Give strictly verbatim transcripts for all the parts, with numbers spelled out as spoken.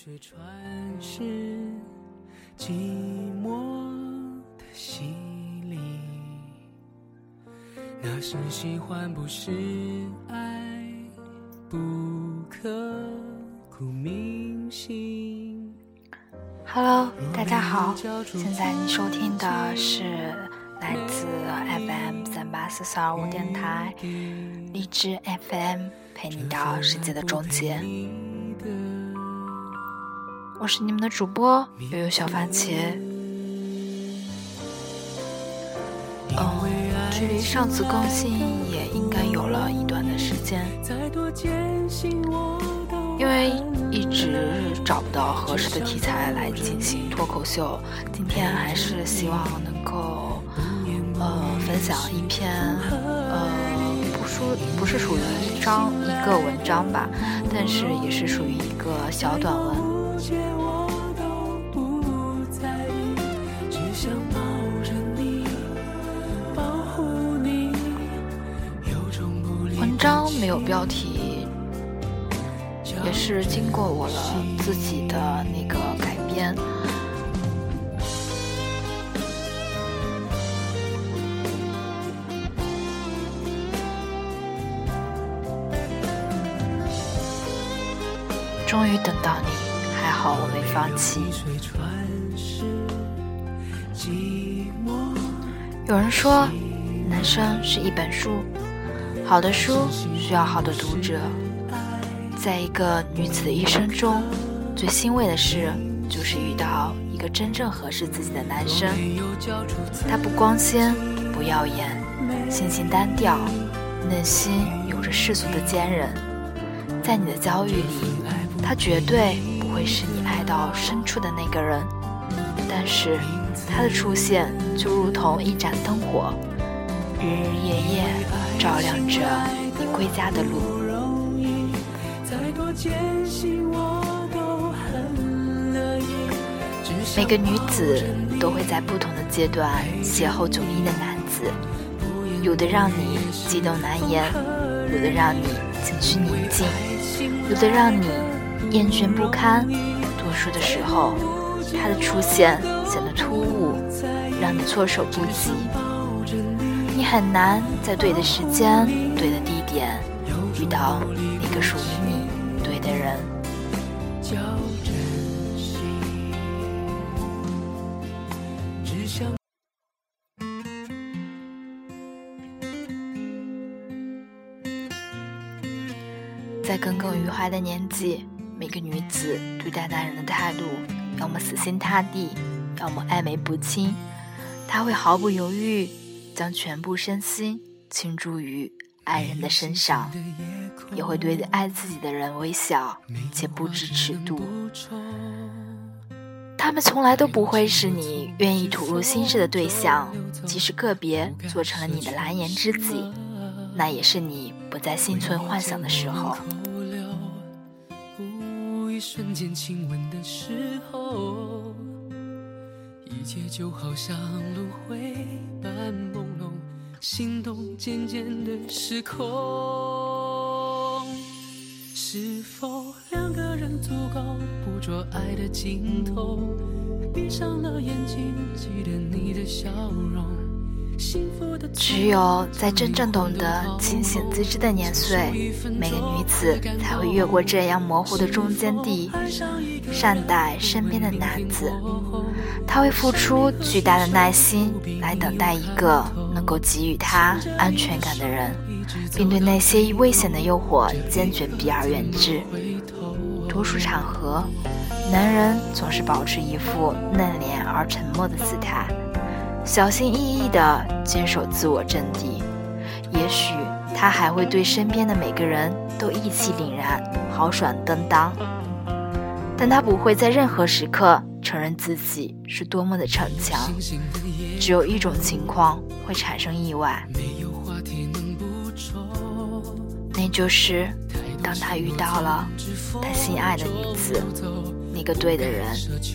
水船是寂寞的洗礼，那是喜欢不是爱，不刻骨铭心。 Hello， 大家好，现在你收听的是来自 F M 三八四四二五电台荔枝 F M 陪你到世界的终结，我是你们的主播悠悠小番茄。嗯，距离上次更新也应该有了一段的时间，因为一直找不到合适的题材来进行脱口秀，今天还是希望能够呃分享一篇呃不属不是属于一章一个文章吧，但是也是属于一个小短文。文章没有标题，也是经过我了自己的那个改编。终于等到你，还好我没放弃。有人说，男生是一本书，好的书需要好的读者。在一个女子的一生中，最欣慰的事就是遇到一个真正合适自己的男生。他不光鲜，不耀眼，性情单调，内心有着世俗的坚韧。在你的遭遇里，他绝对不会是你爱到深处的那个人，但是他的出现就如同一盏灯火，日日夜夜照亮着你归家的路。每个女子都会在不同的阶段邂逅迥异的男子，有的让你激动难言，有的让你情绪宁静，有的让你厌倦不堪。多数的时候，他的出现显得突兀，让你措手不及。你很难在对的时间、对的地点遇到那个属于你对的人。在耿耿于怀的年纪，每个女子对待男人的态度，要么死心塌地，要么暧昧不清。她会毫不犹豫将全部身心倾注于爱人的身上，也会对爱自己的人微笑，且不知尺度。他们从来都不会是你愿意吐露心事的对象，即使个别做成了你的蓝颜知己，那也是你不再心存幻想的时候。一瞬间亲吻的时候，一切就好像轮回般朦胧，心动渐渐的失控。是否两个人足够捕捉爱的尽头？闭上了眼睛，记得你的笑容。只有在真正懂得清醒自知的年岁，每个女子才会越过这样模糊的中间地，善待身边的男子。她会付出巨大的耐心来等待一个能够给予她安全感的人，并对那些危险的诱惑坚决避而远之。多数场合，男人总是保持一副嫩脸而沉默的姿态，小心翼翼地坚守自我阵地。也许他还会对身边的每个人都意气凛然，豪爽登当，但他不会在任何时刻承认自己是多么的逞强。只有一种情况会产生意外，那就是当他遇到了他心爱的女子，那个对的人。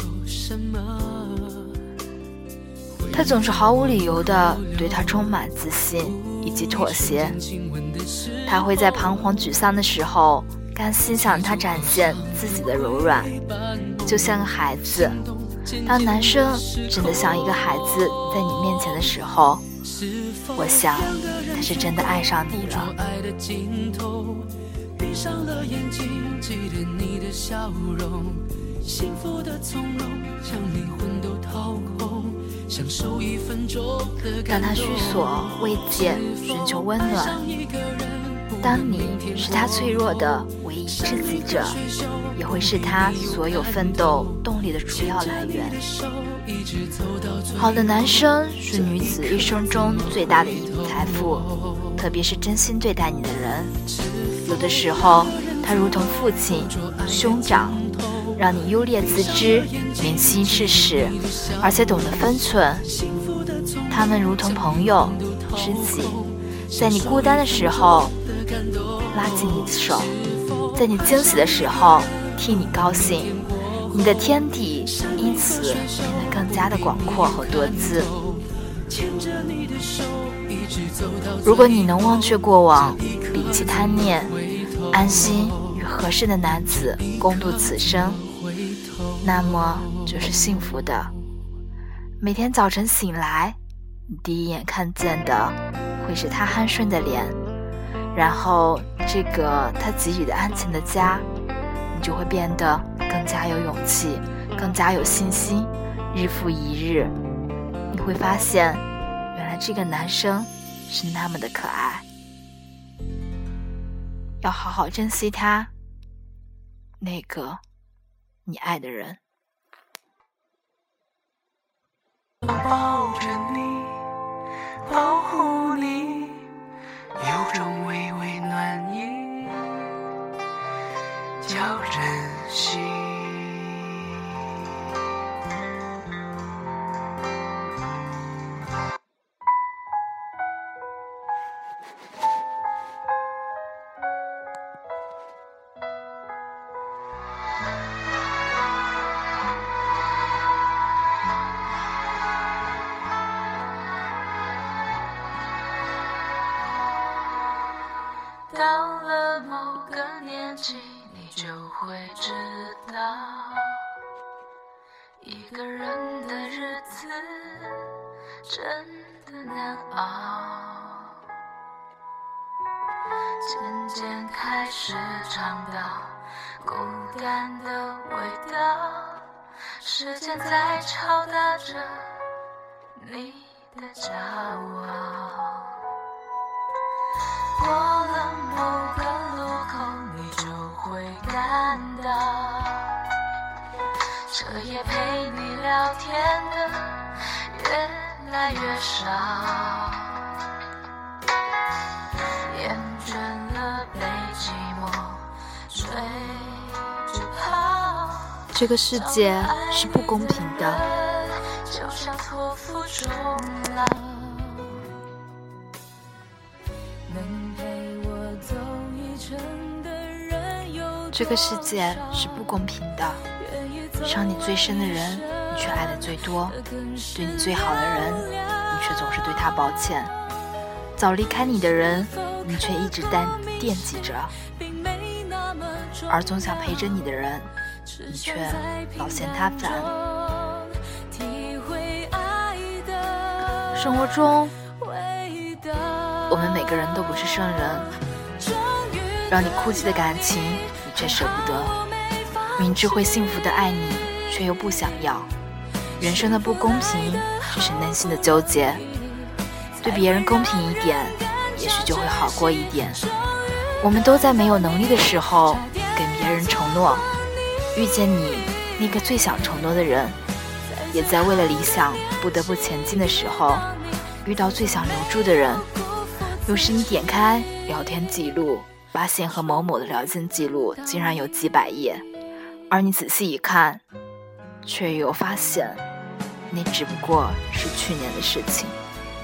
他总是毫无理由地对他充满自信以及妥协。他会在彷徨沮丧的时候甘心向他展现自己的柔软， 就像个孩子，当男生真的像一个孩子在你面前的时候，我想他是真的爱上你了。闭上了眼睛，记得你的笑容，幸福的从容，将灵魂都掏空，享受一分钟的感动。当他需索慰藉，寻求温暖，当你是他脆弱的唯一知己者，也会是他所有奋斗动力的主要来源。好的男生是女子一生中最大的一笔财富，特别是真心对待你的人。有的时候他如同父亲兄长，让你优劣自知，明心事实，而且懂得分寸。他们如同朋友知己，在你孤单的时候拉紧你的手，在你惊喜的时候替你高兴，你的天地因此变得更加的广阔和多姿。如果你能忘却过往，摒弃贪念，安心与合适的男子共度此生，那么就是幸福的。每天早晨醒来，你第一眼看见的会是他酣顺的脸，然后这个他给予的安静的家，你就会变得更加有勇气，更加有信心。日复一日，你会发现原来这个男生是那么的可爱。要好好珍惜他，那个你爱的人。 抱着你，保护你，有种微微暖意叫珍惜。 到了某个年纪，你就会知道，一个人的日子真的难熬。渐渐开始尝到孤单的味道，时间在敲打着你的骄傲。过了某个路口，你就会感到，彻夜陪你聊天的越来越少，厌倦了被寂寞追着跑。 这个世界是不公平的， 就像托付终老。 这个世界是不公平的，伤你最深的人，你却爱得最多；对你最好的人，你却总是对他抱歉；早离开你的人，你却一直惦惦记着；而总想陪着你的人，你却老嫌他烦。生活中，我们每个人都不是圣人，让你哭泣的感情你却舍不得，明知会幸福的爱你却又不想要。人生的不公平只是内心的纠结，对别人公平一点，也许就会好过一点。我们都在没有能力的时候给别人承诺，遇见你那个最想承诺的人，也在为了理想不得不前进的时候遇到最想留住的人。有时你点开聊天记录，发现和某某的聊天记录竟然有几百页，而你仔细一看，却又发现那只不过是去年的事情。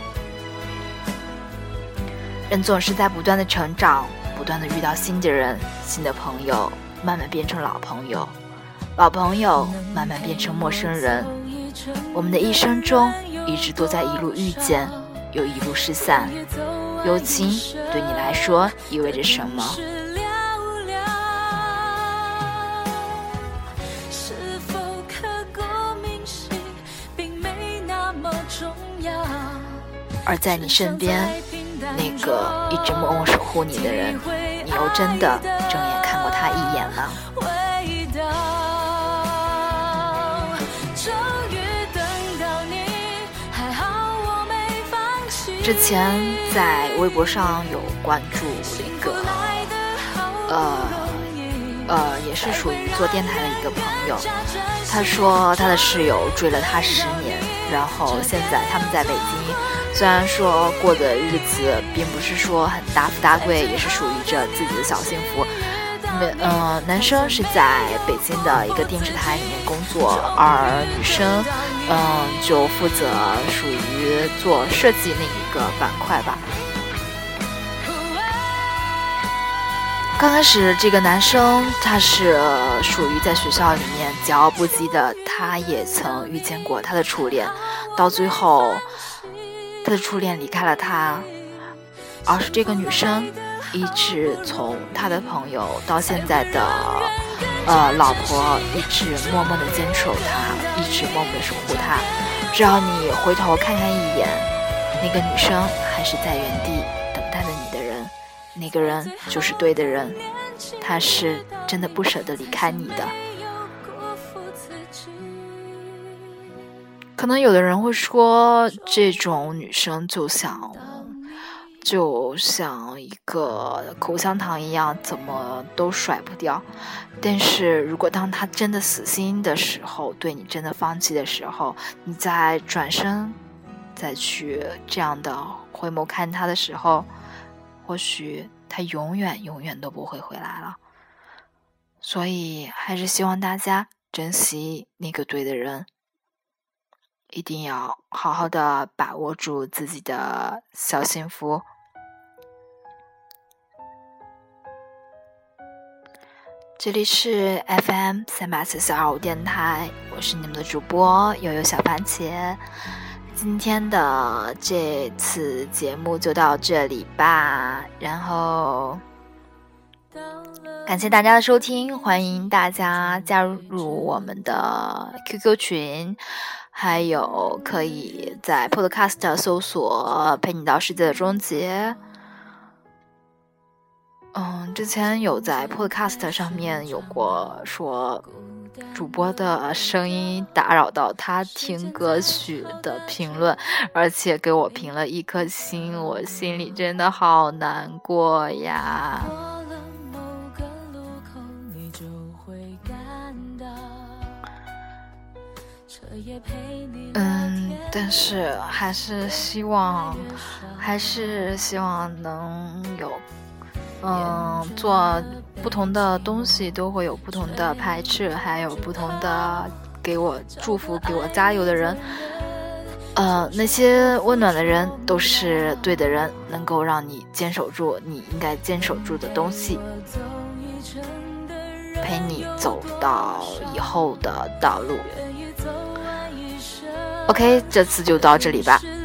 人总是在不断的成长，不断的遇到新的人，新的朋友慢慢变成老朋友，老朋友慢慢变成陌生人。我们的一生中一直都在一路遇见，又一路失散。友情对你来说意味着什么？ 是否而在你身边那个一直默默守护你的人，你又真的正眼看过他一眼吗？之前在微博上有关注一个呃呃也是属于做电台的一个朋友，他说他的室友追了他十年，然后现在他们在北京，虽然说过的日子并不是说很大富大贵，也是属于着自己的小幸福。嗯、呃，男生是在北京的一个电视台里面工作，而女生嗯、呃、就负责属于做设计那一个板块吧。刚开始这个男生他是属于在学校里面桀骜不羁的，他也曾遇见过他的初恋，到最后他的初恋离开了他，而是这个女生一直从他的朋友到现在的呃老婆，一直默默的坚守他，一直默默的守护他。只要你回头看看一眼，那个女生还是在原地等待着你的人，那个人就是对的人，他是真的不舍得离开你的。可能有的人会说，这种女生就像就像一个口香糖一样，怎么都甩不掉。但是如果当他真的死心的时候，对你真的放弃的时候，你再转身再去这样的回眸看他的时候，或许他永远永远都不会回来了。所以还是希望大家珍惜那个对的人，一定要好好的把握住自己的小幸福。这里是 F M 三八四四二五电台，我是你们的主播悠悠小番茄。今天的这次节目就到这里吧，然后感谢大家的收听，欢迎大家加入我们的 Q Q 群，还有可以在 Podcast 搜索陪你到世界的终结。嗯，之前有在 Podcast 上面有过说主播的声音打扰到他听歌曲的评论，而且给我评了一颗星，我心里真的好难过呀。嗯，但是还是希望还是希望能有嗯，做不同的东西都会有不同的排斥，还有不同的给我祝福给我加油的人。呃，那些温暖的人都是对的人，能够让你坚守住你应该坚守住的东西，陪你走到以后的道路。OK， 这次就到这里吧。